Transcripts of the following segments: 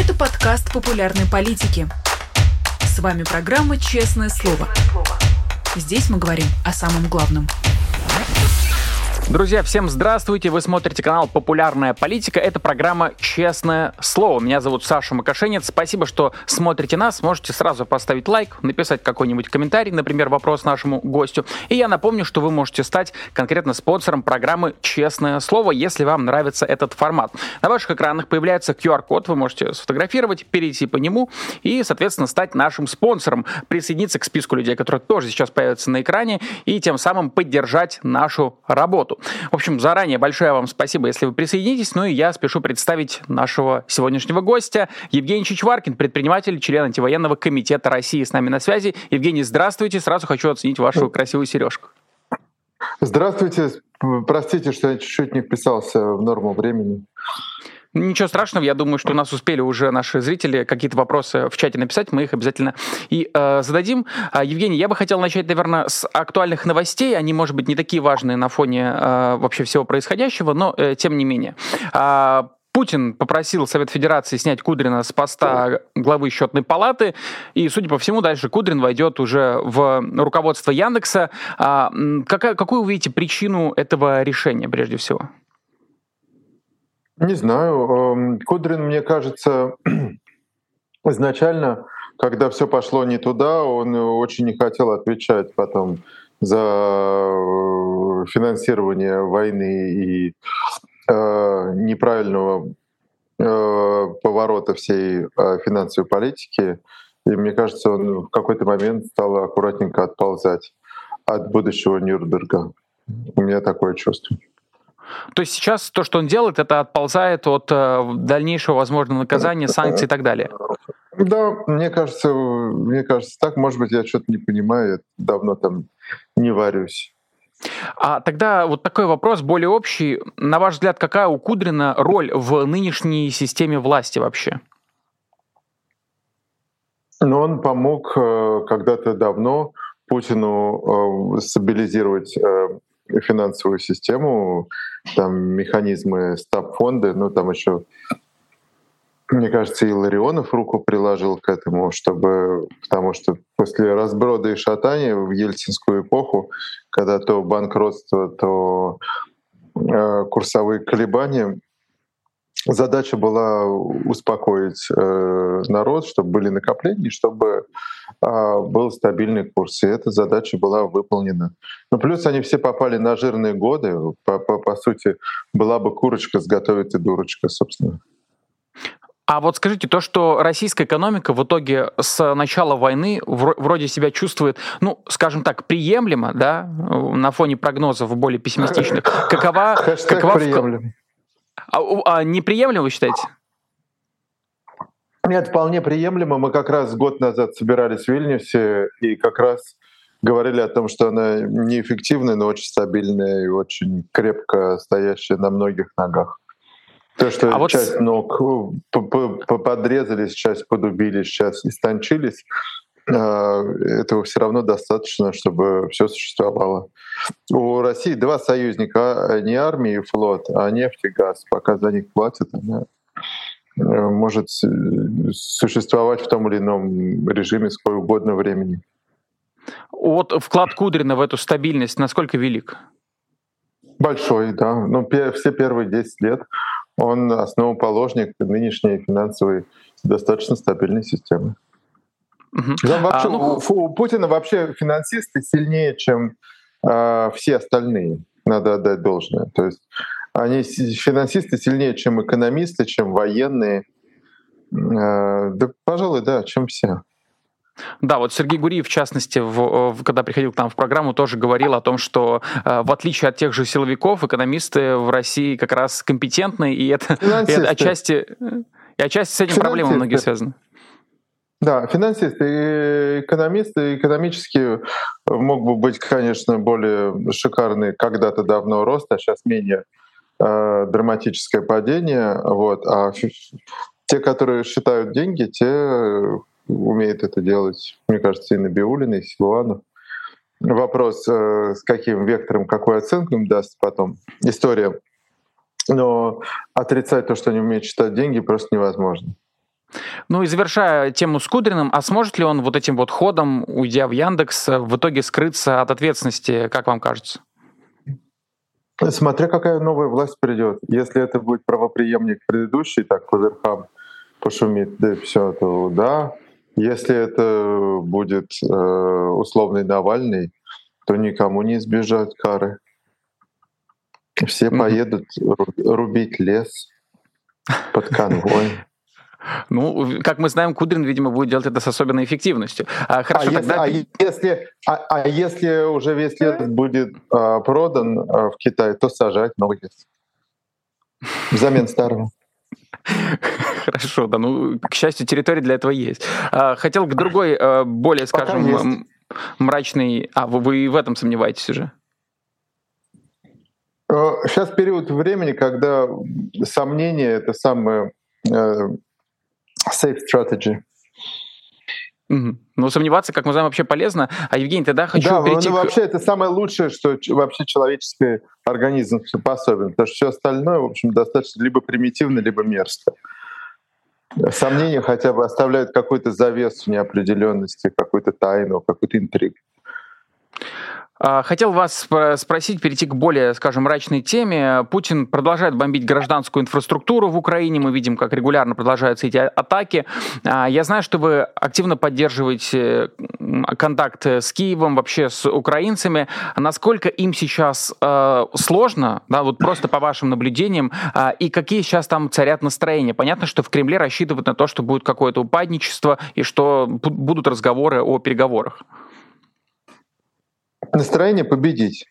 Это подкаст популярной политики. С вами программа «Честное слово». Здесь мы говорим о самом главном. Друзья, всем здравствуйте! Вы смотрите канал «Популярная политика». Это программа «Честное слово». Меня зовут Саша Макашенец. Спасибо, что смотрите нас. Можете сразу поставить лайк, написать какой-нибудь комментарий, например, вопрос нашему гостю. И я напомню, что вы можете стать конкретно спонсором программы «Честное слово», если вам нравится этот формат. На ваших экранах появляется QR-код. Вы можете сфотографировать, перейти по нему и, соответственно, стать нашим спонсором. Присоединиться к списку людей, которые тоже сейчас появятся на экране, и тем самым поддержать нашу работу. В общем, заранее большое вам спасибо, если вы присоединитесь. Ну и я спешу представить нашего сегодняшнего гостя. Евгений Чичваркин, предприниматель, член антивоенного комитета России, с нами на связи. Евгений, здравствуйте. Сразу хочу оценить вашу красивую сережку. Здравствуйте. Простите, что я чуть-чуть не вписался в норму времени. Ничего страшного, я думаю, что у нас успели уже наши зрители какие-то вопросы в чате написать, мы их обязательно и зададим. Евгений, я бы хотел начать, наверное, с актуальных новостей. Они, может быть, не такие важные на фоне вообще всего происходящего, но тем не менее. Путин попросил Совет Федерации снять Кудрина с поста главы Счетной палаты, и, судя по всему, дальше Кудрин войдет уже в руководство Яндекса. Какую вы видите причину этого решения, прежде всего? Не знаю. Кудрин, мне кажется, изначально, когда все пошло не туда, он очень не хотел отвечать потом за финансирование войны и неправильного поворота всей финансовой политики. И мне кажется, он в какой-то момент стал аккуратненько отползать от будущего Нюрнберга. У меня такое чувство. То есть сейчас то, что он делает, это отползает от дальнейшего возможного наказания, санкций и так далее? Да, мне кажется так. Может быть, я что-то не понимаю, я давно там не варюсь. А тогда вот такой вопрос более общий. На ваш взгляд, какая у Кудрина роль в нынешней системе власти вообще? Но он помог когда-то давно Путину стабилизировать финансовую систему, там механизмы стаб-фонды, там еще, мне кажется, и Ларионов руку приложил к этому, потому что после разброда и шатания в ельцинскую эпоху, когда то банкротство, то курсовые колебания, задача была успокоить народ, чтобы были накопления, чтобы был стабильный курс. И эта задача была выполнена. Но плюс они все попали на жирные годы. По сути, была бы курочка, сготовит и дурочка, собственно. А вот скажите, то, что российская экономика в итоге с начала войны вроде себя чувствует, скажем так, приемлемо, да, на фоне прогнозов более пессимистичных, какова приемлемо. Неприемлемо, вы считаете? Нет, вполне приемлемо. Мы как раз год назад собирались в Вильнюсе и как раз говорили о том, что она неэффективная, но очень стабильная и очень крепко стоящая на многих ногах. То, что часть ног подрезались, часть подубились, часть истончились, этого все равно достаточно, чтобы все существовало. У России два союзника, не армия и флот, а нефть и газ. Пока за них платят, она может существовать в том или ином режиме сколько угодно времени. Вот вклад Кудрина в эту стабильность насколько велик? Большой, да. Все первые 10 лет он основоположник нынешней финансовой достаточно стабильной системы. У Путина вообще финансисты сильнее, чем все остальные, надо отдать должное. То есть финансисты сильнее, чем экономисты, чем военные. Пожалуй, чем все. Да, вот Сергей Гуриев, в частности, когда приходил к нам в программу, тоже говорил о том, что в отличие от тех же силовиков, экономисты в России как раз компетентны, и это отчасти с этим проблемы многие связаны. Да, финансисты и экономисты экономически мог бы быть, конечно, более шикарный когда-то давно рост, а сейчас менее драматическое падение. А те, которые считают деньги, те умеют это делать, мне кажется, и Набиуллина, и Силуанов. Вопрос, с каким вектором, какую оценку им даст потом история. Но отрицать то, что они умеют считать деньги, просто невозможно. Ну и завершая тему с Кудриным, а сможет ли он вот этим вот ходом, уйдя в Яндекс, в итоге скрыться от ответственности, как вам кажется? Смотря какая новая власть придет. Если это будет правопреемник предыдущий, так по верхам пошумит, да все, то да. Если это будет условный Навальный, то никому не избежать кары. Все поедут рубить лес под конвой. Ну, как мы знаем, Кудрин, видимо, будет делать это с особенной эффективностью. Хорошо, если уже весь лес будет продан в Китай, то сажать новый лес взамен старого. Хорошо, да, ну, к счастью, территория для этого есть. Хотел к другой, более, скажем, мрачной... вы в этом сомневаетесь уже? Сейчас период времени, когда сомнение — это самое safe strategy. Но сомневаться, как мы знаем, вообще полезно. А, Евгений, тогда хочу перейти к... вообще это самое лучшее, что вообще человеческий организм способен, потому что все остальное, в общем, достаточно либо примитивно, либо мерзко. Сомнения хотя бы оставляют какую-то завесу неопределенности, какую-то тайну, какую-то интригу. Хотел вас спросить, перейти к более, скажем, мрачной теме. Путин продолжает бомбить гражданскую инфраструктуру в Украине. Мы видим, как регулярно продолжаются эти атаки. Я знаю, что вы активно поддерживаете контакт с Киевом, вообще с украинцами. Насколько им сейчас сложно, да, вот просто по вашим наблюдениям, и какие сейчас там царят настроения? Понятно, что в Кремле рассчитывают на то, что будет какое-то упадничество и что будут разговоры о переговорах. Настроение победить.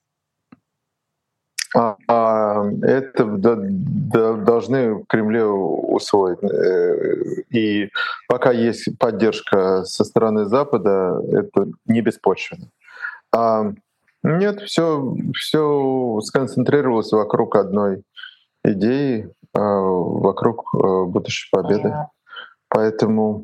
Это должны в Кремле усвоить. И пока есть поддержка со стороны Запада, это не беспочвенно. Нет, все сконцентрировалось вокруг одной идеи, вокруг будущей победы. Поэтому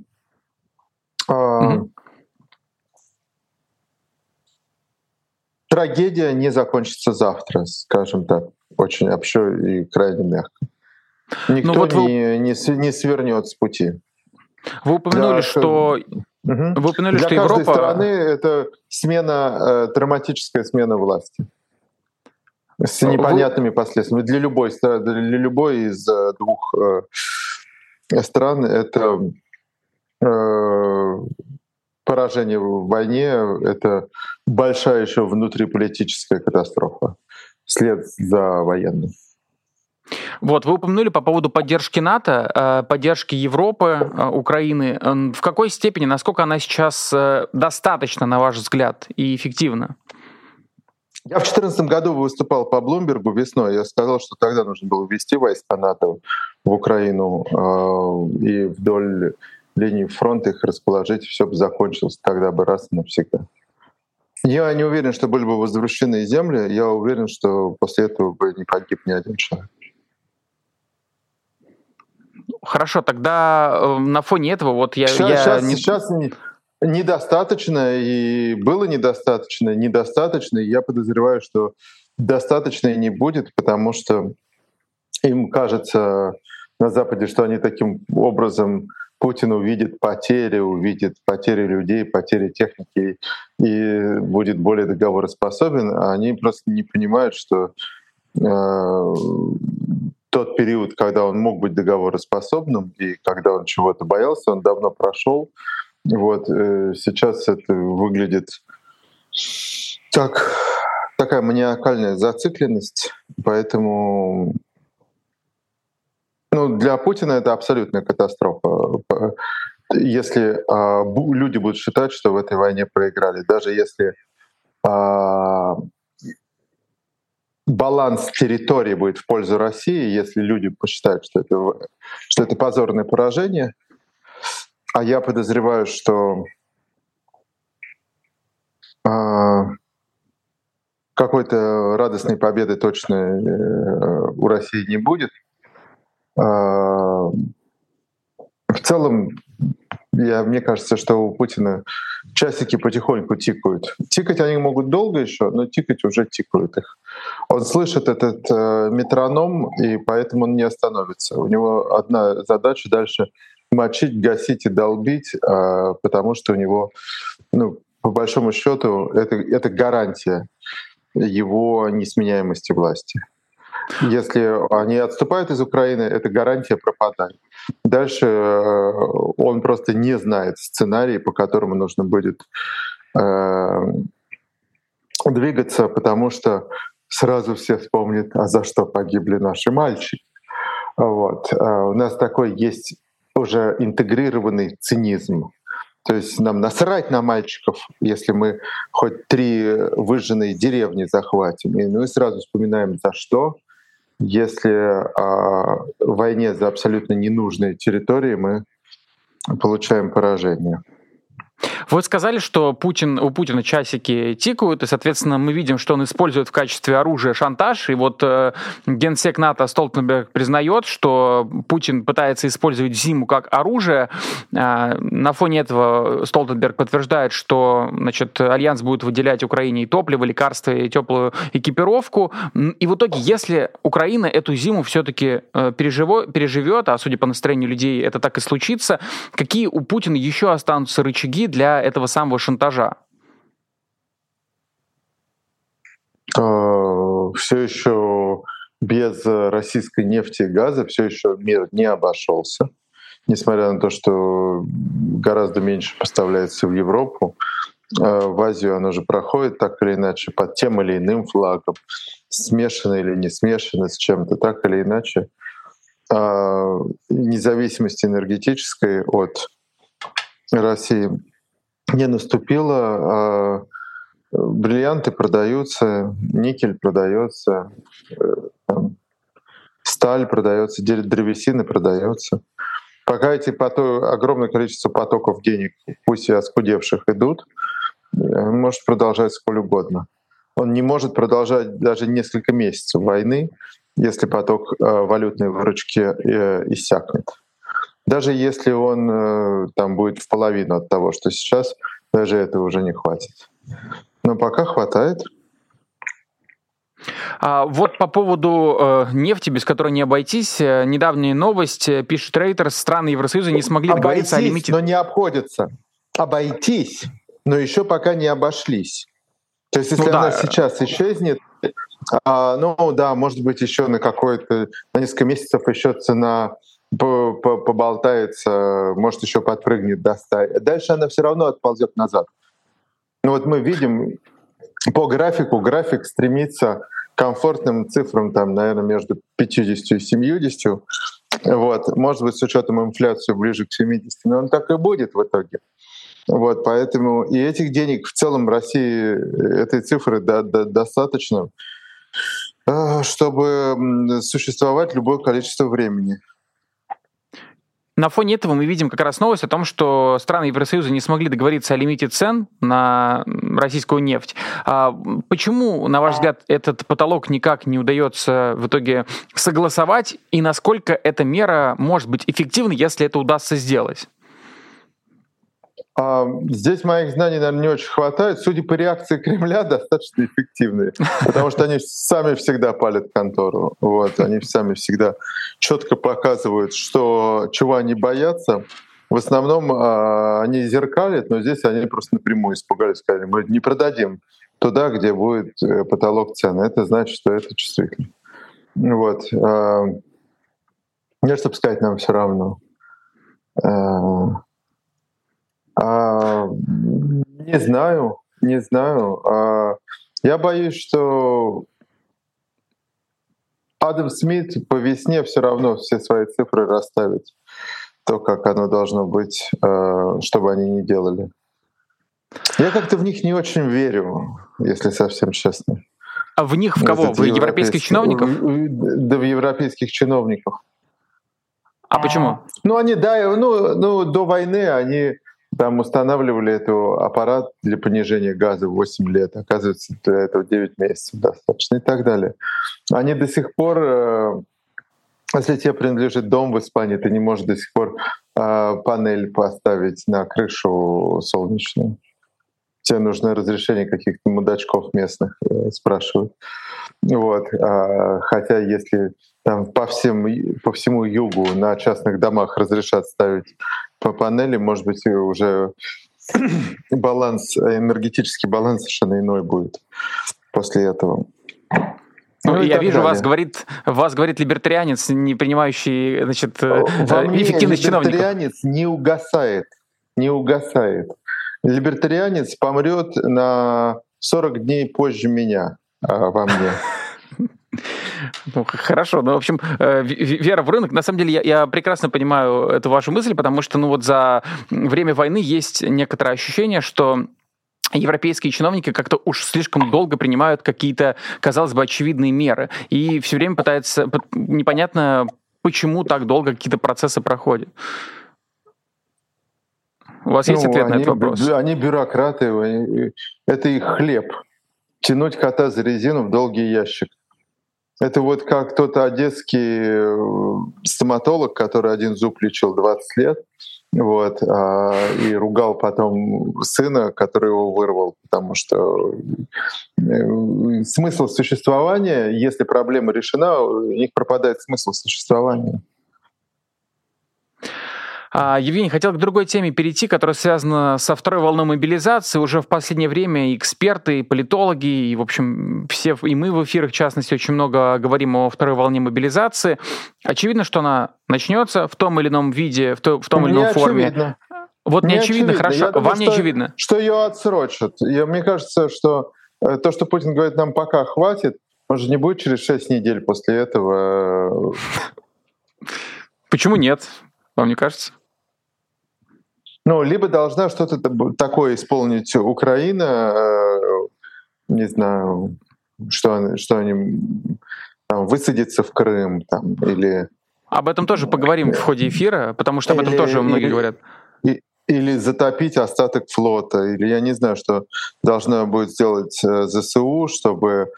трагедия не закончится завтра, скажем так, очень общо и крайне мягко. Никто не свернет с пути. Вы упомянули, что для каждой страны это драматическая смена власти с непонятными последствиями. Для любой из двух стран это поражение в войне — это большая еще внутриполитическая катастрофа вслед за военной. Вот, вы упомянули по поводу поддержки НАТО, поддержки Европы, Украины. В какой степени, насколько она сейчас достаточно, на ваш взгляд, и эффективна? Я в 2014 году выступал по Блумбергу весной. Я сказал, что тогда нужно было ввести войска НАТО в Украину и вдоль линии фронта их расположить, все бы закончилось тогда бы раз и навсегда. Я не уверен, что были бы возвращены земли. Я уверен, что после этого бы не погиб ни один человек. Хорошо, тогда на фоне этого вот Сейчас недостаточно, и было недостаточно, и я подозреваю, что достаточно и не будет, потому что им кажется на Западе, что они таким образом... Путин увидит потери людей, потери техники и будет более договороспособен, а они просто не понимают, что тот период, когда он мог быть договороспособным и когда он чего-то боялся, он давно прошел. Вот сейчас это выглядит такая маниакальная зацикленность, поэтому для Путина это абсолютная катастрофа. Если люди будут считать, что в этой войне проиграли, даже если баланс территории будет в пользу России, если люди посчитают, что это позорное поражение, а я подозреваю, что какой-то радостной победы точно у России не будет. В целом, мне кажется, что у Путина часики потихоньку тикают. Тикать они могут долго еще, но тикать уже тикают их. Он слышит этот метроном, и поэтому он не остановится. У него одна задача дальше — мочить, гасить и долбить, потому что у него, по большому счету, это гарантия его несменяемости власти. Если они отступают из Украины, эта гарантия пропадает. Дальше он просто не знает сценарий, по которому нужно будет двигаться, потому что сразу все вспомнят, а за что погибли наши мальчики. Вот. У нас такой есть уже интегрированный цинизм. То есть нам насрать на мальчиков, если мы хоть 3 выжженные деревни захватим. И мы сразу вспоминаем, за что. Если в войне за абсолютно ненужные территории мы получаем поражение. Вы сказали, что у Путина часики тикают, и, соответственно, мы видим, что он использует в качестве оружия шантаж. И вот генсек НАТО Столтенберг признает, что Путин пытается использовать зиму как оружие. На фоне этого Столтенберг подтверждает, что, значит, Альянс будет выделять Украине и топливо, лекарства, и теплую экипировку. И в итоге, если Украина эту зиму все-таки переживет, а судя по настроению людей, это так и случится, какие у Путина еще останутся рычаги для этого самого шантажа? Все еще без российской нефти и газа все еще мир не обошелся, несмотря на то, что гораздо меньше поставляется в Европу. В Азию оно же проходит так или иначе под тем или иным флагом, смешано или не смешано с чем-то, так или иначе. Независимость энергетической от России не наступила. Бриллианты продаются, никель продается, сталь продается, древесина продается. Пока эти огромное количество потоков денег, пусть и оскудевших, идут, он может продолжать сколь угодно. Он не может продолжать даже несколько месяцев войны, если поток валютной выручки иссякнет. Даже если он там будет в половину от того, что сейчас, даже этого уже не хватит. Но пока хватает. Вот по поводу нефти, без которой не обойтись, недавняя новость, пишет Reuters, страны Евросоюза не смогли договориться о лимите. Но не обходятся. Обойтись, но еще пока не обошлись. То есть если она сейчас исчезнет, может быть, еще на несколько месяцев еще цена поболтается, может, еще подпрыгнет до 100. Дальше она все равно отползет назад. Мы видим по график стремится к комфортным цифрам, там, наверное, между 50 и 70. Может быть, с учетом инфляции ближе к 70, но он так и будет в итоге. Поэтому и этих денег в целом в России, этой цифры достаточно, чтобы существовать любое количество времени. На фоне этого мы видим как раз новость о том, что страны Евросоюза не смогли договориться о лимите цен на российскую нефть. Почему, на ваш взгляд, этот потолок никак не удается в итоге согласовать, и насколько эта мера может быть эффективной, если это удастся сделать? Здесь моих знаний, наверное, не очень хватает. Судя по реакции Кремля, достаточно эффективные, потому что они сами всегда палят контору. Они сами всегда четко показывают, чего они боятся. В основном они зеркалят, но здесь они просто напрямую испугались, сказали, мы не продадим туда, где будет потолок цен. Это значит, что это чувствительно. Нет, чтобы сказать, нам все равно. Не знаю. Я боюсь, что Адам Смит по весне все равно все свои цифры расставит. То, как оно должно быть, чтобы они не делали. Я как-то в них не очень верю, если совсем честно. А в них в кого? В европейских чиновников? Да, в европейских чиновников. А почему? Они, до войны они там устанавливали этот аппарат для понижения газа 8 лет. Оказывается, для этого 9 месяцев достаточно и так далее. Они до сих пор, если тебе принадлежит дом в Испании, ты не можешь до сих пор панель поставить на крышу солнечную. тебе нужно разрешение каких-то мудачков местных спрашивают. Вот. Хотя если там по всему югу на частных домах разрешат ставить по панели, может быть, уже энергетический баланс совершенно иной будет после этого. Я вижу, вас говорит либертарианец, не принимающий, значит, эффективность чиновников. Либертарианец не угасает. Либертарианец помрет на 40 дней позже меня во мне. Хорошо, в общем, вера в рынок. На самом деле, я прекрасно понимаю эту вашу мысль, потому что, за время войны есть некоторое ощущение, что европейские чиновники как-то уж слишком долго принимают какие-то, казалось бы, очевидные меры. И все время пытаются... Непонятно, почему так долго какие-то процессы проходят. У вас есть ответ на этот вопрос? Они бюрократы, это их хлеб. Тянуть кота за резину в долгий ящик. Это вот как тот одесский стоматолог, который один зуб лечил 20 лет, вот, и ругал потом сына, который его вырвал, потому что смысл существования, если проблема решена, у них пропадает смысл существования. Евгений, хотел к другой теме перейти, которая связана со второй волной мобилизации. Уже в последнее время и эксперты, и политологи, и, в общем, все, и мы в эфирах, в частности, очень много говорим о второй волне мобилизации. Очевидно, что она начнется в том или ином виде, в том или ином форме. Вот не очевидно, хорошо. Вам не очевидно? Что ее отсрочат. Мне кажется, что то, что Путин говорит, нам пока хватит, может, не будет через 6 недель после этого. Почему нет? Вам не кажется? Либо должна что-то такое исполнить Украина, не знаю, что они там, высадиться в Крым там, или... Об этом тоже поговорим в ходе эфира, потому что об этом тоже многие говорят. Или затопить остаток флота, или я не знаю, что должна будет сделать ЗСУ, чтобы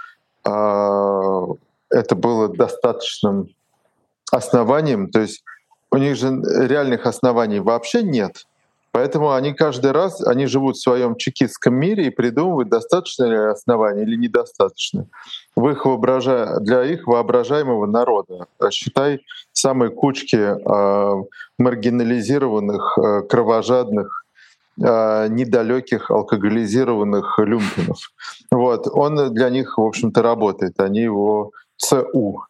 это было достаточным основанием. То есть у них же реальных оснований вообще нет. Поэтому они каждый раз, они живут в своем чекистском мире и придумывают, достаточно ли оснований или недостаточно. Для их воображаемого народа, считай, самой кучки маргинализированных, кровожадных, недалеких, алкоголизированных люмпинов. Вот. Он для них, в общем-то, работает. Они его ЦУ.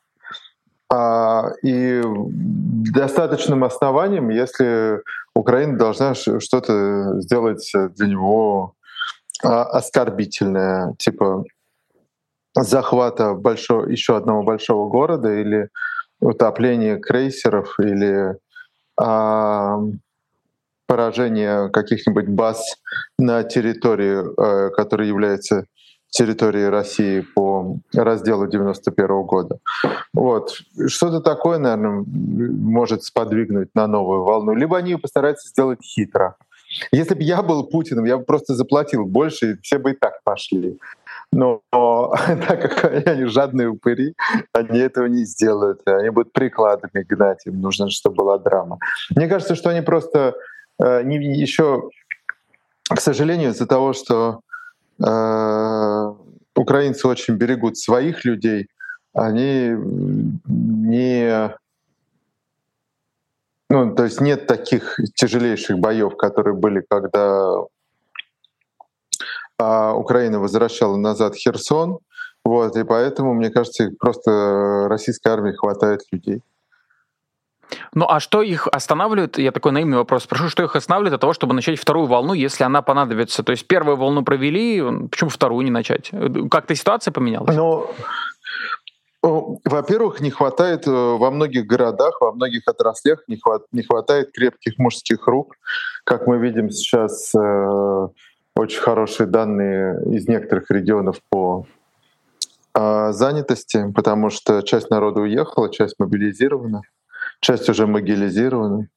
И достаточным основанием, если Украина должна что-то сделать для него оскорбительное, типа захвата еще одного большого города или утопления крейсеров или поражение каких-нибудь баз на территории, которая является территорией России по разделу 91 года. Вот. Что-то такое, наверное, может сподвигнуть на новую волну. Либо они постараются сделать хитро. Если бы я был Путиным, я бы просто заплатил больше, и все бы и так пошли. Но так как они жадные упыри, они этого не сделают. Они будут прикладами гнать, им нужно, чтобы была драма. Мне кажется, что они просто еще, к сожалению, из-за того, что украинцы очень берегут своих людей, они то есть нет таких тяжелейших боев, которые были, когда Украина возвращала назад Херсон. Вот, и поэтому, мне кажется, просто российской армии хватает людей. А что их останавливает? Я такой наивный вопрос спрошу. Что их останавливает от того, чтобы начать вторую волну, если она понадобится? То есть первую волну провели, почему вторую не начать? Как-то ситуация поменялась? Во-первых, не хватает во многих городах, во многих отраслях, не хватает крепких мужских рук. Как мы видим сейчас, очень хорошие данные из некоторых регионов по занятости, потому что часть народа уехала, часть мобилизирована. Часть уже могилизирована.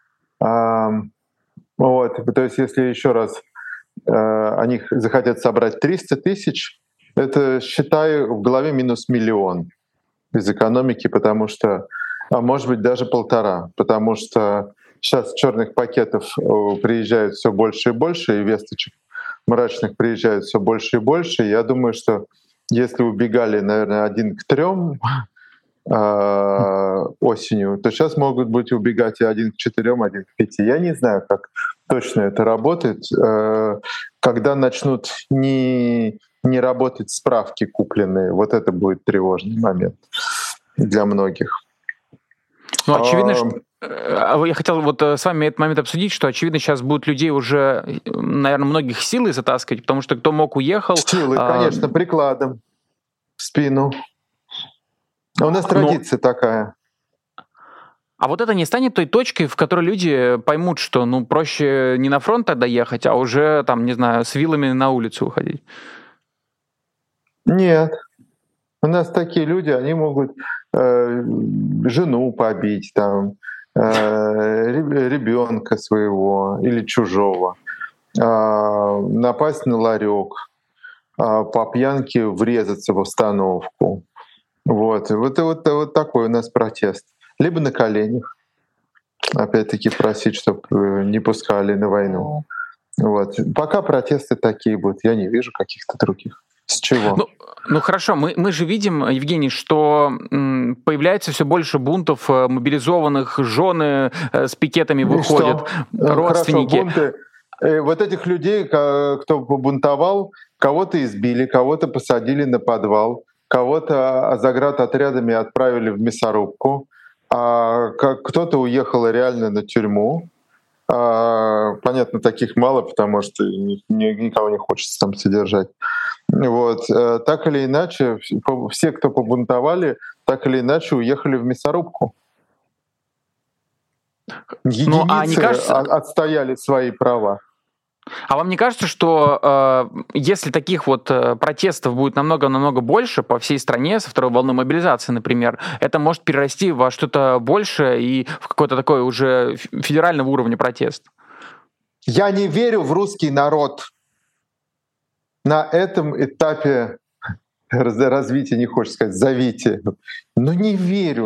Вот. То есть если еще раз они захотят собрать 300 тысяч, это, считаю, в голове минус миллион из экономики, потому что, может быть, даже 1,5, потому что сейчас черных пакетов приезжают все больше и больше, и весточек мрачных приезжают все больше и больше. Я думаю, что если убегали, наверное, 1 к 3 осенью, то сейчас могут быть убегать и 1 к 4, 1 к 5. Я не знаю, как точно это работает. Когда начнут не работать справки купленные, вот это будет тревожный момент для многих. Ну, очевидно, что... Я хотел вот с вами этот момент обсудить, что, очевидно, сейчас будут людей уже, наверное, многих силой затаскивать, потому что кто мог, уехал. Силой, конечно, прикладом в спину. У нас традиция такая. А вот это не станет той точкой, в которой люди поймут, что проще не на фронт тогда ехать, а уже, там, не знаю, с вилами на улицу уходить? Нет. У нас такие люди, они могут жену побить, там, ребенка своего или чужого, напасть на ларек, по пьянке врезаться в остановку. Вот такой у нас протест. Либо на коленях, опять-таки просить, чтобы не пускали на войну. Вот. Пока протесты такие будут, я не вижу каких-то других. С чего? Ну хорошо, мы же видим, Евгений, что появляется все больше бунтов, мобилизованных, жены с пикетами выходят, родственники. Хорошо, бунты. Вот этих людей, кто побунтовал, кого-то избили, кого-то посадили на подвал, кого-то заградотрядами отправили в мясорубку, а кто-то уехал реально на тюрьму. Понятно, таких мало, потому что никого не хочется там содержать. Вот. Так или иначе, все, кто побунтовали, так или иначе уехали в мясорубку. Единицы отстояли свои права. А вам не кажется, что если таких вот протестов будет намного-намного больше по всей стране, со второй волной мобилизации, например, это может перерасти во что-то большее и в какой-то такой уже федерального уровня протест? Я не верю в русский народ. На этом этапе развития, не хочешь сказать, завития. Не верю.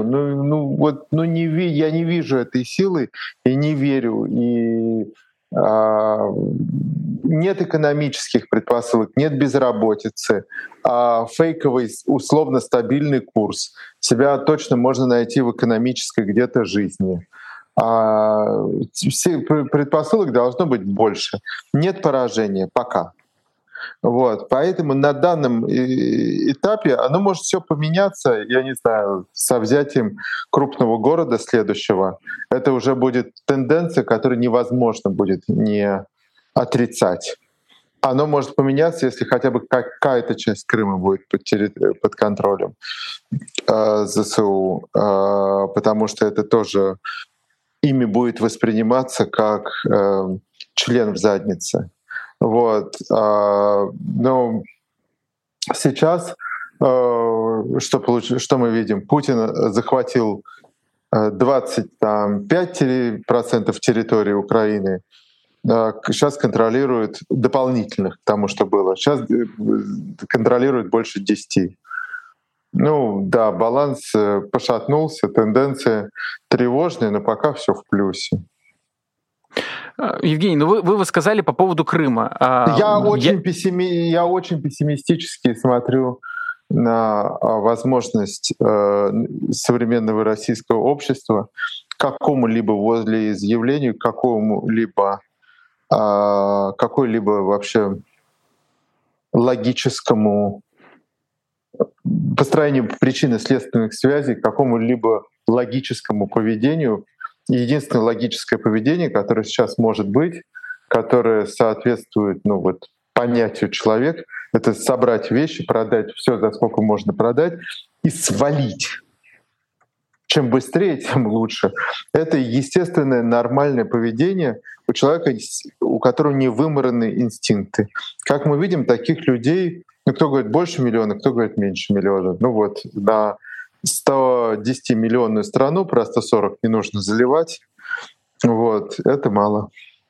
Я не вижу этой силы и не верю. И нет экономических предпосылок, нет безработицы, фейковый условно стабильный курс. Себя точно можно найти в экономической где-то жизни. Все предпосылок должно быть больше. Нет поражения пока. Вот. Поэтому на данном этапе оно может все поменяться, я не знаю, со взятием крупного города следующего. Это уже будет тенденция, которую невозможно будет не отрицать. Оно может поменяться, если хотя бы какая-то часть Крыма будет под контролем ЗСУ, потому что это тоже ими будет восприниматься как член в заднице. Вот. Но сейчас что мы видим? Путин захватил 25% территории Украины, сейчас контролирует дополнительных к тому, что было. Сейчас контролирует больше 10. Да, баланс пошатнулся, тенденция тревожная, но пока все в плюсе. Евгений, вы сказали по поводу Крыма. Я очень пессимистически смотрю на возможность современного российского общества к какому-либо волеизъявлению, какой-либо вообще логическому построению причинно-следственных связей, к какому-либо логическому поведению. Единственное логическое поведение, которое сейчас может быть, которое соответствует понятию человек, это собрать вещи, продать все, за сколько можно продать, и свалить. Чем быстрее, тем лучше. Это естественное, нормальное поведение у человека, у которого не вымораны инстинкты. Как мы видим, таких людей, кто говорит больше миллиона, кто говорит меньше миллиона. На 110-миллионную страну про 140 не нужно заливать. Это мало.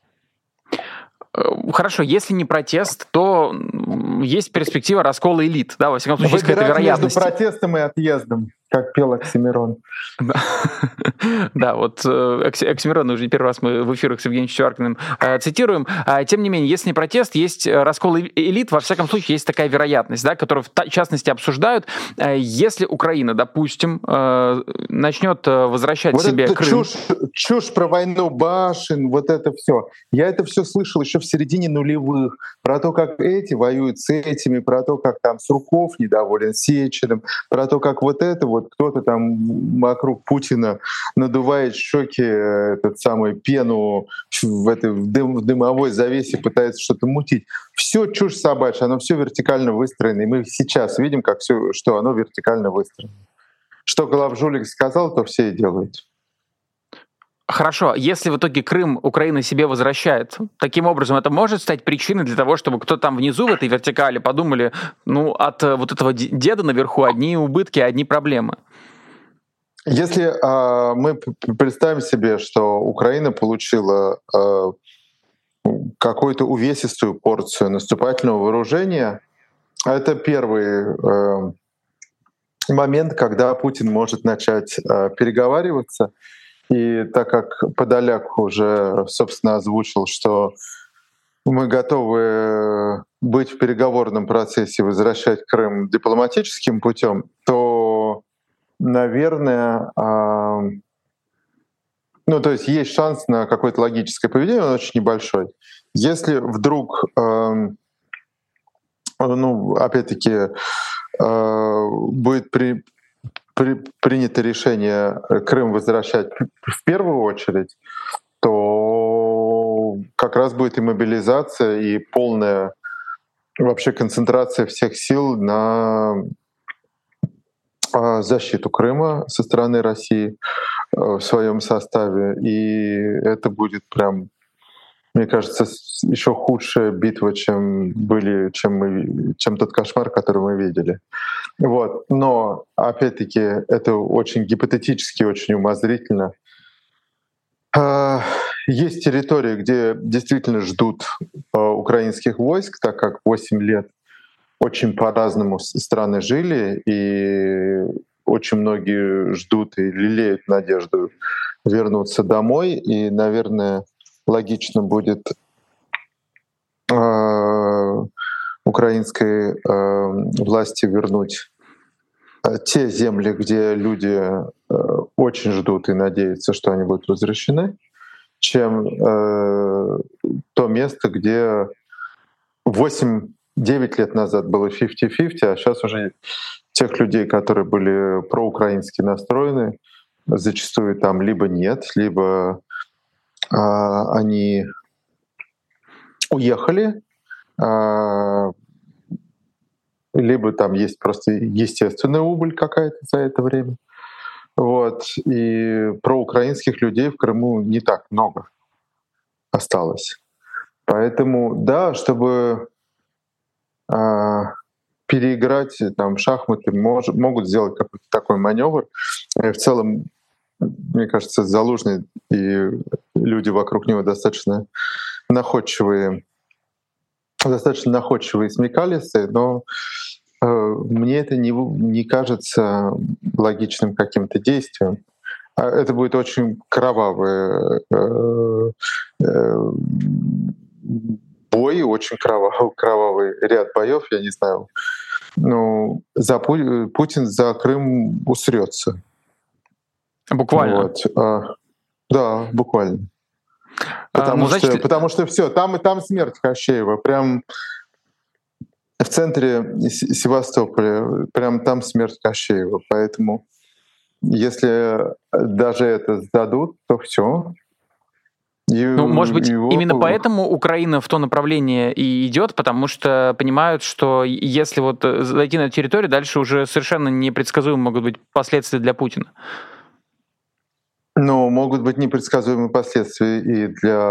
Хорошо, если не протест, то есть перспектива раскола элит, да, во всяком случае, есть какая-то вероятность. Между протестом и отъездом. как пел Оксимирон. Да, вот Оксимирон уже не первый раз мы в эфирах с Евгением Чичваркиным цитируем. Тем не менее, если не протест, есть раскол элит, во всяком случае, есть такая вероятность, да, которую в частности обсуждают. Если Украина, допустим, начнет возвращать вот себе Крым... Чушь про войну башен, вот это все. Я это все слышал еще в середине нулевых. Про то, как эти воюют с этими, про то, как там Сурков недоволен Сечиным, про то, как вот это вот кто-то там вокруг Путина надувает щеки, этот самый пену в дымовой завесе, пытается что-то мутить. Все чушь собачья, оно все вертикально выстроено. И мы сейчас видим, как все, что оно вертикально выстроено. Что главжулик сказал, то все и делают. Хорошо, если в итоге Крым Украина себе возвращает, таким образом это может стать причиной для того, чтобы кто-то там внизу в этой вертикали подумали, ну, от вот этого деда наверху одни убытки, одни проблемы? Если мы представим себе, что Украина получила какую-то увесистую порцию наступательного вооружения, это первый момент, когда Путин может начать переговариваться. И так как Подоляк уже, собственно, озвучил, что мы готовы быть в переговорном процессе, возвращать Крым дипломатическим путем, то, наверное, то есть есть шанс на какое-то логическое поведение, он очень небольшой. Если вдруг, опять-таки, будет принято решение Крым возвращать в первую очередь, то как раз будет и мобилизация, и полная вообще концентрация всех сил на защиту Крыма со стороны России в своем составе. И это будет прям, мне кажется, еще худшая битва, чем тот кошмар, который мы видели. Вот. Но, опять-таки, это очень гипотетически, очень умозрительно. Есть территории, где действительно ждут украинских войск, так как 8 лет очень по-разному страны жили, и очень многие ждут и лелеют надежду вернуться домой. И, наверное, логично будет украинской власти вернуть те земли, где люди очень ждут и надеются, что они будут возвращены, чем то место, где 8-9 лет назад было 50-50, а сейчас уже тех людей, которые были проукраински настроены, зачастую там либо нет, либо они уехали, либо там есть просто естественная убыль какая-то за это время. Вот. И проукраинских людей в Крыму не так много осталось. Поэтому, да, чтобы переиграть там, шахматы, могут сделать какой-то такой маневр. И в целом, мне кажется, Залужный и люди вокруг него достаточно находчивые смекалисты, но мне это не кажется логичным каким-то действием. Это будет очень кровавый бой, очень кровавый ряд боев, я не знаю. Но Путин за Крым усрется. Буквально? Вот. Да, буквально. Потому что все, там смерть Кощеева. Прям в центре Севастополя, прям там смерть Кощеева. Поэтому если даже это сдадут, то все. Может быть, именно поэтому Украина в то направление и идет, потому что понимают, что если вот зайти на эту территорию, дальше уже совершенно непредсказуемы могут быть последствия для Путина. Но могут быть непредсказуемые последствия и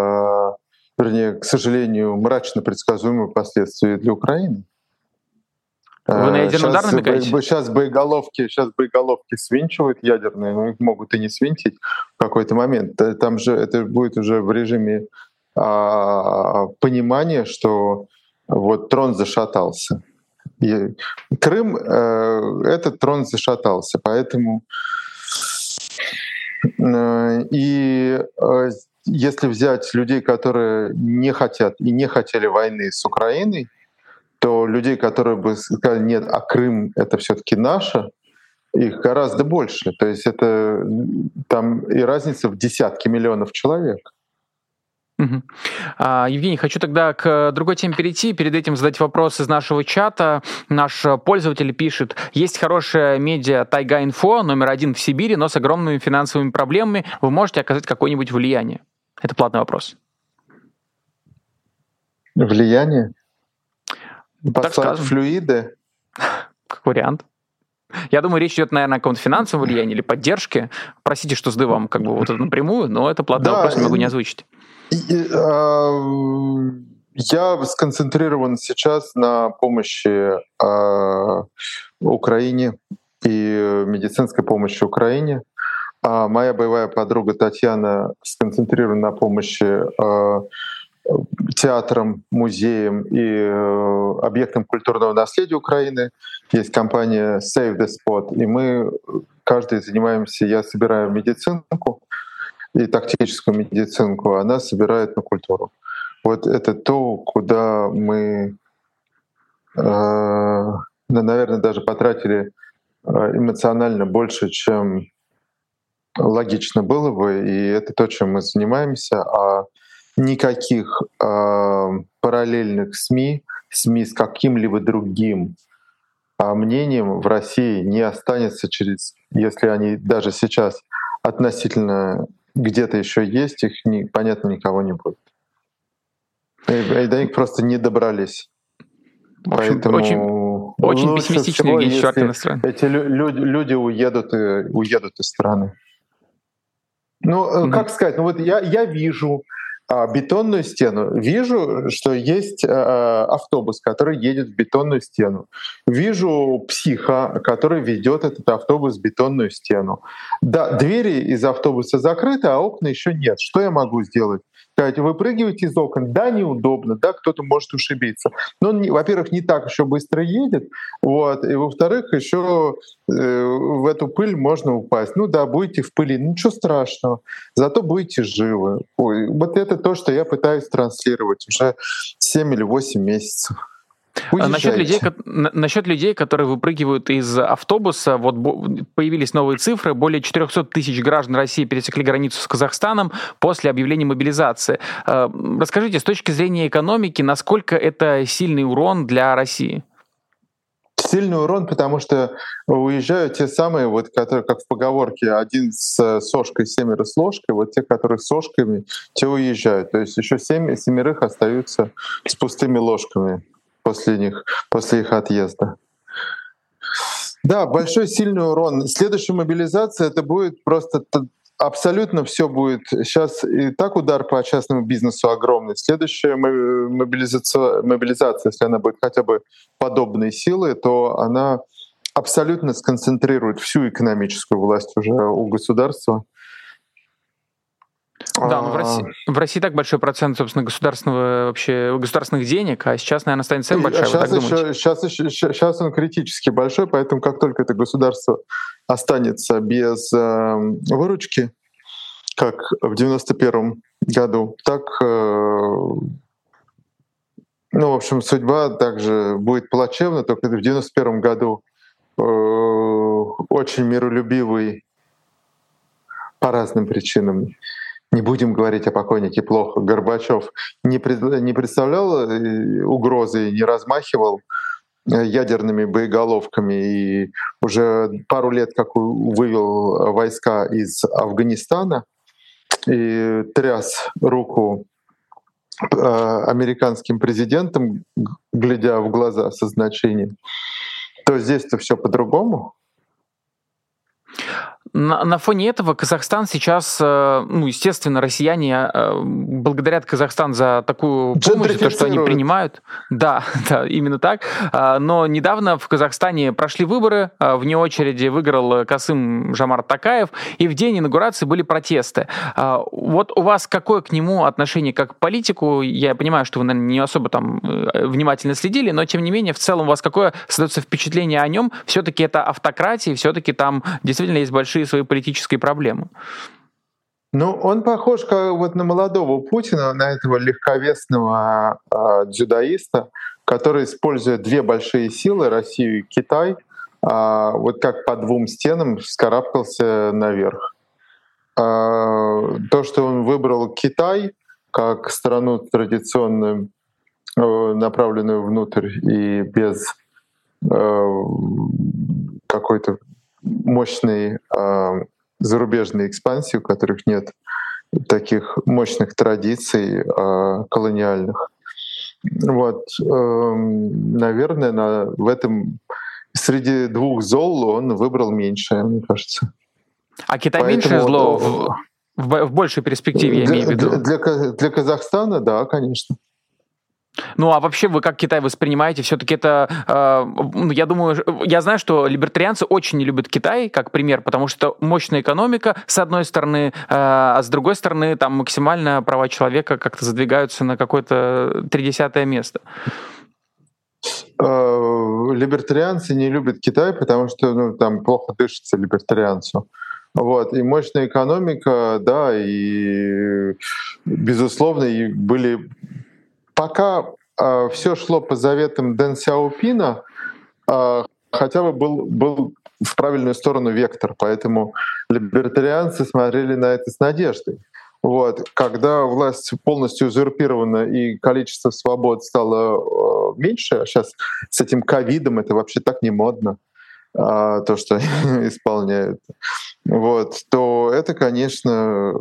к сожалению, мрачно предсказуемые последствия для Украины. Вы на ядерный удар намекаете? Сейчас боеголовки свинчивают ядерные, но их могут и не свинтить в какой-то момент. Там же это будет уже в режиме понимания, что вот трон зашатался. Крым, этот трон зашатался, поэтому если взять людей, которые не хотят и не хотели войны с Украиной, то людей, которые бы сказали, нет, а Крым — это все-таки наше, их гораздо больше. То есть это там и разница в десятки миллионов человек. Евгений, хочу тогда к другой теме перейти. Перед этим задать вопрос из нашего чата. Наш пользователь пишет: есть хорошая медиа Тайга-Инфо, номер 1 в Сибири, но с огромными финансовыми проблемами. Вы можете оказать какое-нибудь влияние? Это платный вопрос. Влияние? Так скажем. Флюиды? Как вариант. Я думаю, речь идет, наверное, о каком-то финансовом влиянии или поддержке. Простите, что задаю вам вот это напрямую, но это платный вопрос, не могу не озвучить. Я сконцентрирован сейчас на помощи Украине и медицинской помощи Украине. А моя боевая подруга Татьяна сконцентрирована на помощи театрам, музеям и объектам культурного наследия Украины. Есть компания Save the Spot, и мы каждый занимаемся, я собираю медицинку и тактическую медицинку, она собирает на культуру. Вот это то, куда мы, наверное, даже потратили эмоционально больше, чем логично было бы, и это то, чем мы занимаемся, а никаких параллельных СМИ с каким-либо другим мнением в России не останется если они даже сейчас относительно где-то еще есть, их понятно никого не будет. И до них просто не добрались. В общем, очень пессимистичный, Евгений Чёркин настроен. Эти люди уедут из страны. Как сказать, вот я вижу бетонную стену. Вижу, что есть автобус, который едет в бетонную стену. Вижу психа, который ведет этот автобус в бетонную стену. Да, двери из автобуса закрыты, а окна еще нет. Что я могу сделать? Сказать, выпрыгивайте из окон. Да, неудобно, да, кто-то может ушибиться. Но он, во-первых, не так еще быстро едет, вот, и во-вторых, еще в эту пыль можно упасть. Ну да, будете в пыли, ничего страшного, зато будете живы. Вот это то, что я пытаюсь транслировать уже 7 или 8 месяцев. Насчет людей, которые выпрыгивают из автобуса, вот появились новые цифры. Более 400 тысяч граждан России пересекли границу с Казахстаном после объявления мобилизации. Расскажите, с точки зрения экономики, насколько это сильный урон для России? Сильный урон, потому что уезжают те самые, вот, которые, как в поговорке, один с сошкой, 7 с ложкой, вот те, которые с сошками, те уезжают. То есть еще 7 остаются с пустыми ложками после их отъезда. Да, большой сильный урон. Следующая мобилизация — это будет просто абсолютно все будет. Сейчас и так удар по частному бизнесу огромный. Следующая мобилизация, если она будет хотя бы подобной силы, то она абсолютно сконцентрирует всю экономическую власть уже у государства. Да, но в России так большой процент, собственно, государственных денег, а сейчас, наверное, станет самая большая. Сейчас он критически большой, поэтому как только это государство останется без выручки, как в 91 году, так, в общем, судьба также будет плачевна, только в 91 году очень миролюбивый по разным причинам. Не будем говорить о покойнике плохо. Горбачев не представлял угрозы, не размахивал ядерными боеголовками и уже пару лет как вывел войска из Афганистана и тряс руку американским президентам, глядя в глаза со значением, то здесь-то все по-другому. На фоне этого Казахстан сейчас, естественно, россияне благодарят Казахстан за такую помощь, за то, что они принимают. Да, именно так. Но недавно в Казахстане прошли выборы, вне очереди выиграл Касым-Жомарт Токаев, и в день инаугурации были протесты. Вот у вас какое к нему отношение как к политику? Я понимаю, что вы, наверное, не особо там внимательно следили, но тем не менее, в целом у вас какое создается впечатление о нем? Все-таки это автократия, все-таки там действительно есть большие свои политические проблемы. Ну, он похож вот на молодого Путина, на этого легковесного дзюдоиста, который, используя две большие силы, Россию и Китай, вот как по двум стенам вскарабкался наверх. То, что он выбрал Китай как страну традиционную, направленную внутрь и без какой-то мощной зарубежной экспансии, у которых нет таких мощных традиций колониальных. Вот, наверное, в этом среди двух зол он выбрал меньшее, мне кажется. А Китай меньшее зло в большей перспективе, я имею в виду? Для Казахстана, да, конечно. Ну, а вообще вы как Китай воспринимаете? Все-таки это, я думаю, я знаю, что либертарианцы очень не любят Китай, как пример, потому что мощная экономика, с одной стороны, а с другой стороны, там максимально права человека как-то задвигаются на какое-то 30-е место. Либертарианцы не любят Китай, потому что там плохо дышится либертарианцу. Вот. И мощная экономика, да, и, безусловно, и были... Пока все шло по заветам Дэн Сяопина, хотя бы был в правильную сторону вектор, поэтому либертарианцы смотрели на это с надеждой. Вот. Когда власть полностью узурпирована и количество свобод стало меньше, а сейчас с этим ковидом это вообще так не модно, то, что они исполняют, вот, то это, конечно,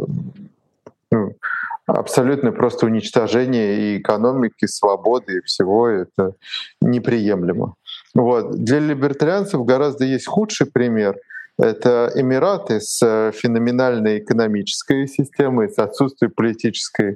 абсолютно просто уничтожение и экономики, и свободы, и всего. Это неприемлемо. Вот. Для либертарианцев гораздо есть худший пример. Это Эмираты с феноменальной экономической системой, с отсутствием политической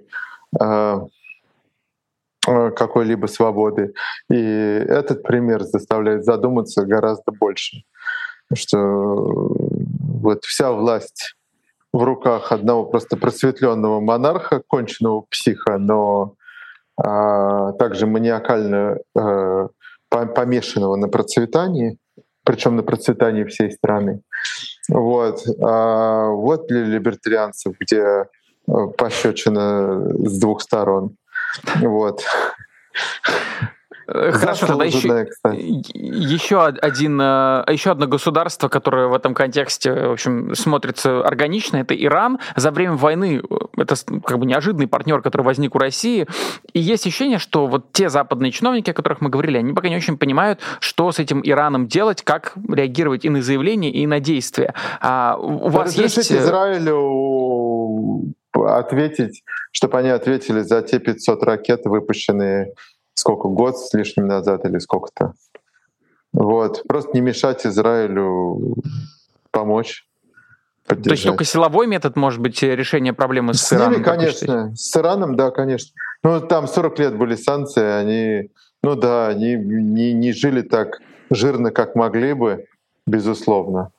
какой-либо свободы. И этот пример заставляет задуматься гораздо больше, что вот вся власть в руках одного просто просветленного монарха, конченного психа, но также маниакально помешанного на процветании, причем на процветании всей страны. Вот, вот для либертарианцев, где пощечина с двух сторон. Вот. Хорошо, тогда еще одно государство, которое в этом контексте, в общем, смотрится органично, это Иран. За время войны это как бы неожиданный партнер, который возник у России. И есть ощущение, что вот те западные чиновники, о которых мы говорили, они пока не очень понимают, что с этим Ираном делать, как реагировать и на заявления, и на действия. У вас есть... Израилю ответить, чтобы они ответили за те 500 ракет, выпущенные год с лишним назад или сколько-то. Вот. Просто не мешать Израилю помочь, поддержать. То есть только силовой метод может быть решение проблемы с Ираном? Ними, конечно. С Ираном, да, конечно. Ну, там 40 лет были санкции, они не жили так жирно, как могли бы, безусловно.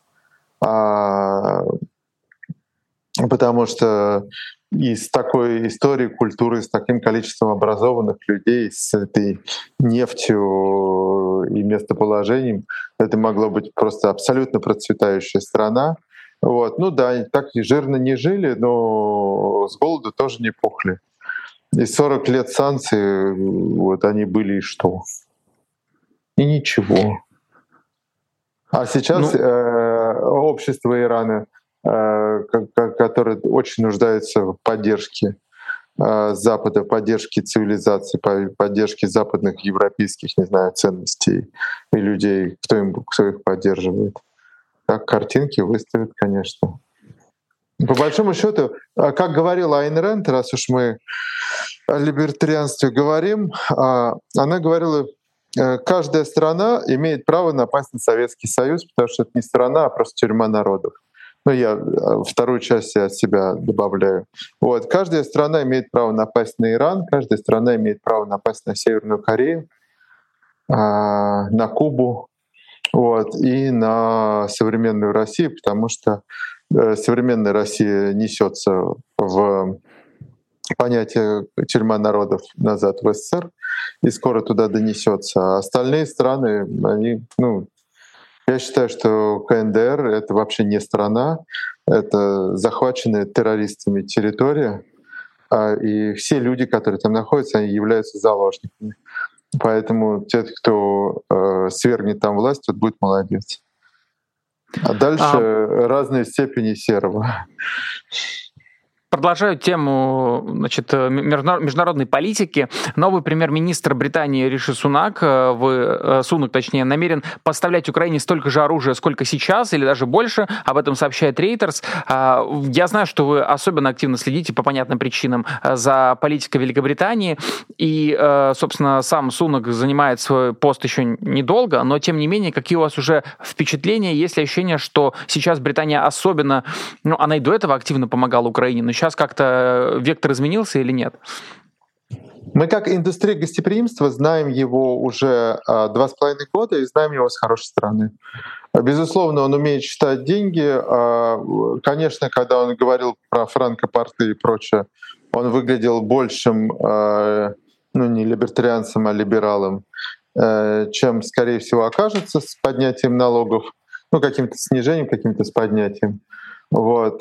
Потому что и с такой историей, культурой, с таким количеством образованных людей, с этой нефтью и местоположением, это могло быть просто абсолютно процветающая страна. Вот. Ну да, так жирно не жили, но с голоду тоже не пухли. И 40 лет санкций, вот они были и что? И ничего. А сейчас общество Ирана, которые очень нуждаются в поддержке Запада, поддержке цивилизации, поддержке западных европейских, не знаю, ценностей и людей, кто их поддерживает. Так картинки выставят, конечно. По большому счету, как говорила Айн Рэнд, раз уж мы о либертарианстве говорим, она говорила, каждая страна имеет право напасть на Советский Союз, потому что это не страна, а просто тюрьма народов. я вторую часть от себя добавляю. Вот. Каждая страна имеет право напасть на Иран, каждая страна имеет право напасть на Северную Корею, на Кубу, вот, и на современную Россию, потому что современная Россия несется в понятие тюрьма народов назад в СССР, и скоро туда донесется. А остальные страны, они, я считаю, что КНДР — это вообще не страна, это захваченная террористами территория, и все люди, которые там находятся, они являются заложниками. Поэтому те, кто свергнет там власть, тот будет молодец. А дальше разные степени серого. Продолжаю тему, международной политики. Новый премьер-министр Британии Риши Сунак, намерен поставлять Украине столько же оружия, сколько сейчас, или даже больше. Об этом сообщает Reuters. Я знаю, что вы особенно активно следите по понятным причинам за политикой Великобритании. И, собственно, сам Сунак занимает свой пост еще недолго, но, тем не менее, какие у вас уже впечатления? Есть ли ощущение, что сейчас Британия особенно... она и до этого активно помогала Украине, но сейчас как-то вектор изменился или нет? Мы как индустрия гостеприимства знаем его уже 2,5 года и знаем его с хорошей стороны. Безусловно, он умеет считать деньги. Конечно, когда он говорил про франкопорты и прочее, он выглядел большим, не либертарианцем, а либералом, чем, скорее всего, окажется с поднятием налогов, каким-то снижением, каким-то с поднятием. Вот.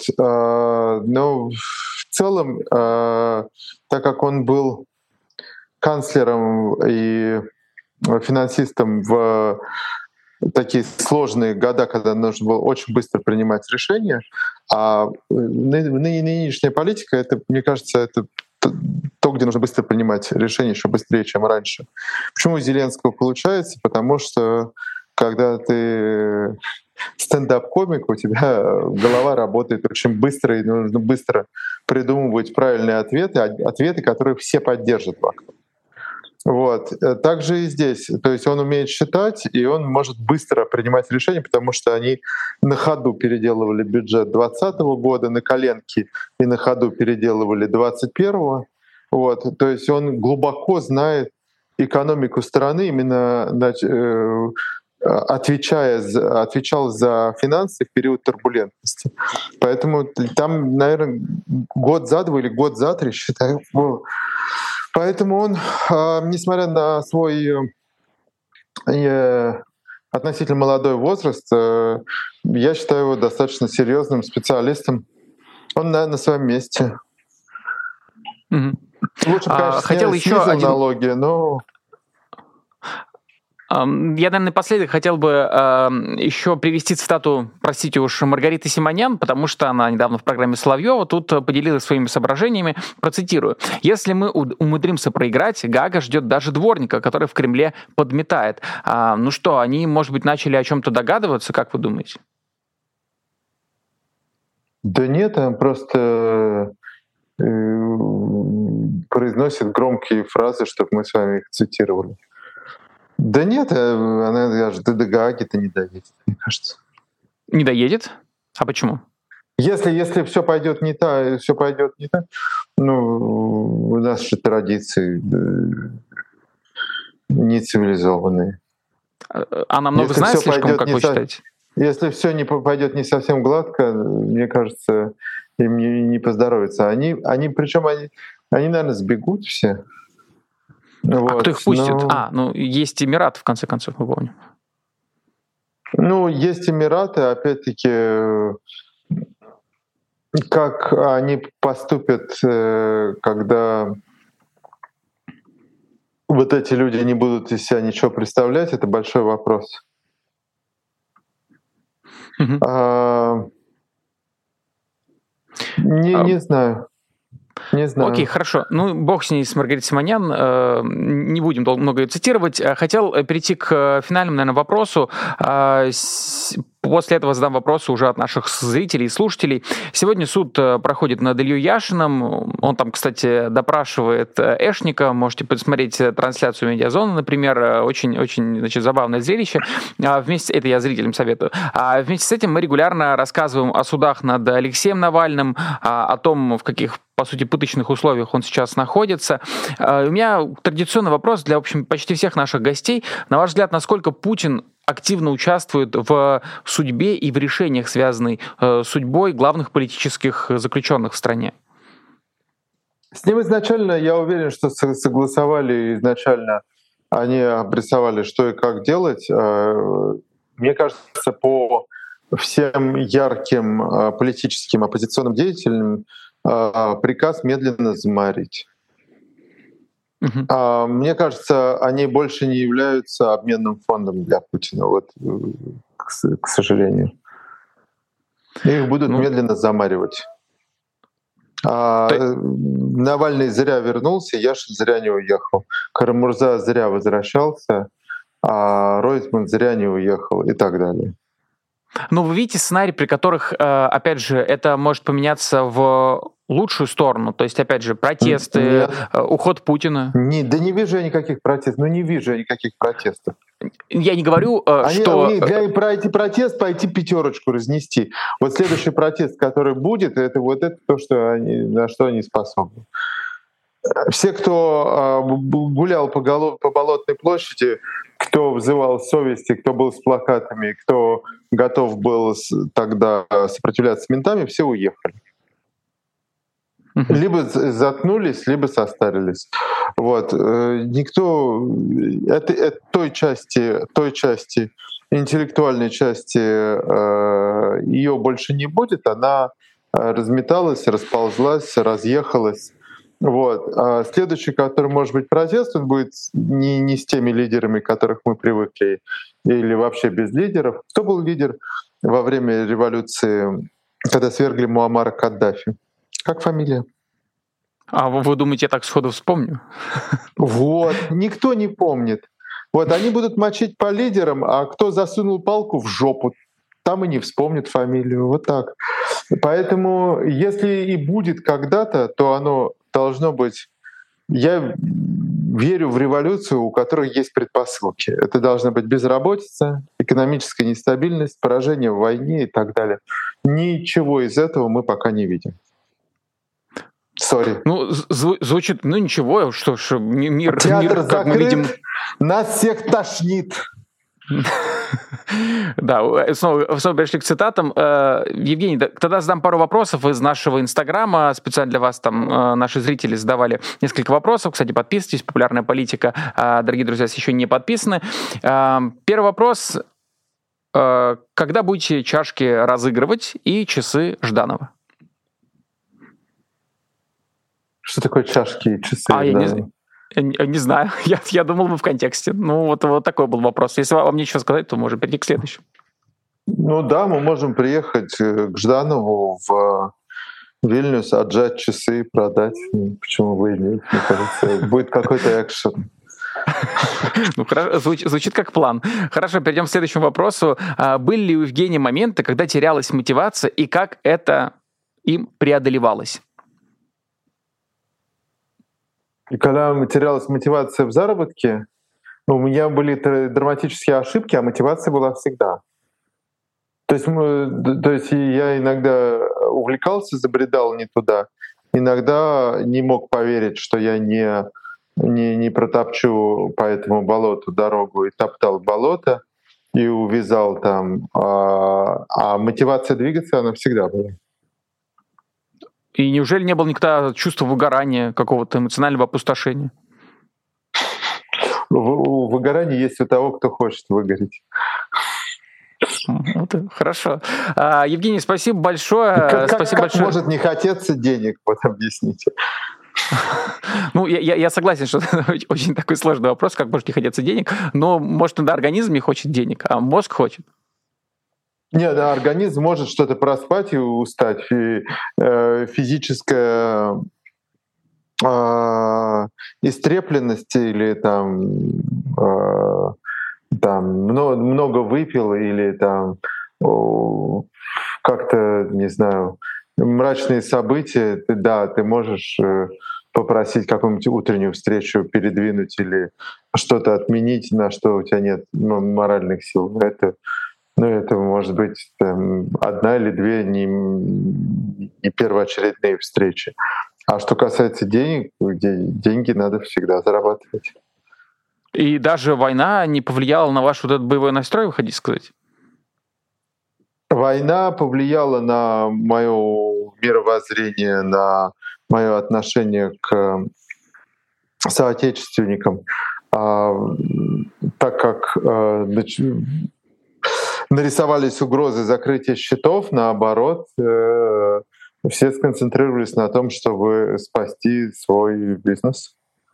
Но в целом, так как он был канцлером и финансистом в такие сложные года, когда нужно было очень быстро принимать решения, а нынешняя политика, это, мне кажется, это то, где нужно быстро принимать решения, еще быстрее, чем раньше. Почему у Зеленского получается? Потому что когда ты стендап-комик, у тебя голова работает очень быстро, и нужно быстро придумывать правильные ответы, которые все поддержат вокруг. Вот. Также и здесь. То есть он умеет считать, и он может быстро принимать решения, потому что они на ходу переделывали бюджет 2020 года, на коленке, и на ходу переделывали 2021. Вот. То есть он глубоко знает экономику страны, именно отвечал за финансы в период турбулентности. Поэтому там, наверное, год за 2 или год за 3, считаю. Поэтому он, несмотря на свой относительно молодой возраст, я считаю его достаточно серьезным специалистом. Он, наверное, на своем месте. Лучше, конечно, снизил налоги, но... Я, наверное, напоследок хотел бы еще привести цитату, простите уж, Маргариты Симонян, потому что она недавно в программе Соловьева тут поделилась своими соображениями. Процитирую. «Если мы умудримся проиграть, Гаага ждет даже дворника, который в Кремле подметает». Они, может быть, начали о чем-то догадываться, как вы думаете? Да нет, он просто произносит громкие фразы, чтобы мы с вами их цитировали. Да нет, она даже до Гааги-то не доедет, мне кажется. Не доедет? А почему? Если все пойдет не так, у нас же традиции не цивилизованные. Она много знает слишком, как вы считаете? Если все не пойдет не совсем гладко, мне кажется, им не поздоровится. Они, наверное, сбегут все. Вот, кто их пустит? Есть Эмираты, в конце концов, мы помним. Есть Эмираты, опять-таки, как они поступят, когда вот эти люди не будут из себя ничего представлять, это большой вопрос. Не знаю. Не знаю. Окей, хорошо. Бог с ней, с Маргаритой Симонян. Не будем много ее цитировать. Хотел перейти к финальному, наверное, вопросу. после этого задам вопросы уже от наших зрителей и слушателей. Сегодня суд проходит над Ильей Яшиным. Он там, кстати, допрашивает Эшника. Можете посмотреть трансляцию «Медиазоны», например. Очень, значит, забавное зрелище. Это я зрителям советую. А вместе с этим мы регулярно рассказываем о судах над Алексеем Навальным, о том, в каких, по сути, пыточных условиях он сейчас находится. У меня традиционный вопрос для, в общем, почти всех наших гостей. На ваш взгляд, насколько Путин активно участвует в судьбе и в решениях, связанных с судьбой главных политических заключенных в стране? С ним изначально, я уверен, что согласовали изначально, они обрисовали, что и как делать. Мне кажется, по всем ярким политическим оппозиционным деятелям приказ медленно заморить. Мне кажется, они больше не являются обменным фондом для Путина, вот, к сожалению. Их будут медленно замаривать. Навальный зря вернулся, Яшин зря не уехал. Карамурза зря возвращался, а Ройзман зря не уехал и так далее. Ну, вы видите сценарий, при которых, опять же, это может поменяться в лучшую сторону? То есть, опять же, протесты, уход Путина? Не вижу я никаких протестов. Не вижу я никаких протестов. Я не говорю, что... Для пройти протест, пойти пятерочку разнести. Вот следующий протест, который будет, это то, на что они способны. Все, кто гулял по Болотной площади, кто взывал совести, кто был с плакатами, кто готов был тогда сопротивляться ментами, все уехали. Либо заткнулись, либо состарились. Вот. Никто... Это той части, интеллектуальной части ее больше не будет. Она разметалась, расползлась, разъехалась. Вот. А следующий, который может быть протест, он будет не с теми лидерами, к которых мы привыкли, или вообще без лидеров. Кто был лидер во время революции, когда свергли Муаммара Каддафи? Как фамилия? А вы думаете, я так сходу вспомню? Вот, никто не помнит. Вот они будут мочить по лидерам, а кто засунул палку в жопу, там и не вспомнит фамилию. Вот так. Поэтому, если и будет когда-то, то оно должно быть... Я верю в революцию, у которой есть предпосылки. Это должна быть безработица, экономическая нестабильность, поражение в войне и так далее. Ничего из этого мы пока не видим. Сори. Ну, звучит, ничего, что ж, мир, закрыт, как мы видим... Нас всех тошнит. Да, снова пришли к цитатам. Евгений, тогда задам пару вопросов из нашего Инстаграма. Специально для вас там наши зрители задавали несколько вопросов. Кстати, подписывайтесь, «Популярная политика». Дорогие друзья, если еще не подписаны. Первый вопрос. Когда будете чашки разыгрывать и часы Жданова? Что такое чашки и часы? Я не знаю. Я думал, вы в контексте. Ну, вот такой был вопрос. Если вам нечего сказать, то можем перейти к следующему. Ну да, мы можем приехать к Жданову в Вильнюс, отжать часы, продать. Почему бы и нет? Мне кажется, будет какой-то экшен. Ну, хорошо, звучит как план. Хорошо, перейдем к следующему вопросу. Были ли у Евгения моменты, когда терялась мотивация, и как это им преодолевалось? И когда терялась мотивация в заработке, у меня были драматические ошибки, а мотивация была всегда. То есть я иногда увлекался, забредал не туда, иногда не мог поверить, что я не протопчу по этому болоту дорогу и топтал болото и увязал там. А мотивация двигаться, она всегда была. И неужели не было никогда чувства выгорания, какого-то эмоционального опустошения? Выгорание есть у того, кто хочет выгореть. Хорошо. Евгений, спасибо большое. Как может не хотеться денег? Вот объясните. Ну, я согласен, что это очень такой сложный вопрос, как может не хотеться денег, но, может, иногда организм не хочет денег, а мозг хочет. Нет, да, организм может что-то проспать и устать. Физическая истрепленность или там много выпил или там как-то, не знаю, мрачные события, ты можешь попросить какую-нибудь утреннюю встречу передвинуть или что-то отменить, на что у тебя нет моральных сил. Это может быть одна или две не первоочередные встречи. А что касается денег, деньги надо всегда зарабатывать. И даже война не повлияла на ваш вот этот боевой настрой, вы хотите сказать? Война повлияла на мое мировоззрение, на мое отношение к соотечественникам, так как нарисовались угрозы закрытия счетов, наоборот, все сконцентрировались на том, чтобы спасти свой бизнес.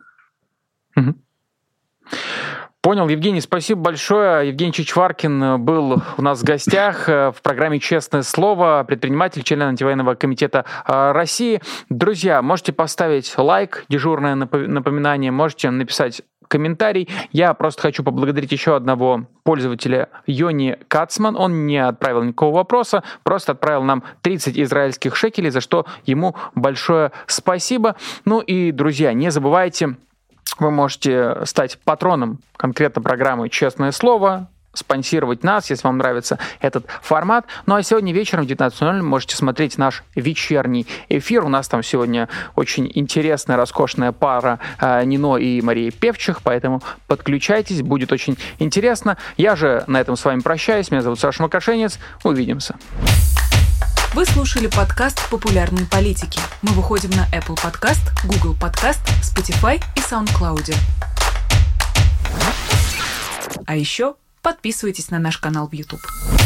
Понял, Евгений, спасибо большое. Евгений Чичваркин был у нас в гостях в программе «Честное слово», предприниматель, член антивоенного комитета России. Друзья, можете поставить лайк, дежурное напоминание, можете написать комментарий. Я просто хочу поблагодарить еще одного пользователя, Йони Кацман. Он не отправил никакого вопроса, просто отправил нам 30 израильских шекелей, за что ему большое спасибо. Ну и, друзья, не забывайте, вы можете стать патроном конкретно программы «Честное слово», спонсировать нас, если вам нравится этот формат. Ну а сегодня вечером в 19:00 можете смотреть наш вечерний эфир. У нас там сегодня очень интересная, роскошная пара Нино и Марии Певчих, поэтому подключайтесь, будет очень интересно. Я же на этом с вами прощаюсь. Меня зовут Саша Макашенец. Увидимся. Вы слушали подкаст «Популярные политики». Мы выходим на Apple Podcast, Google Podcast, Spotify и SoundCloud. А еще подписывайтесь на наш канал в YouTube.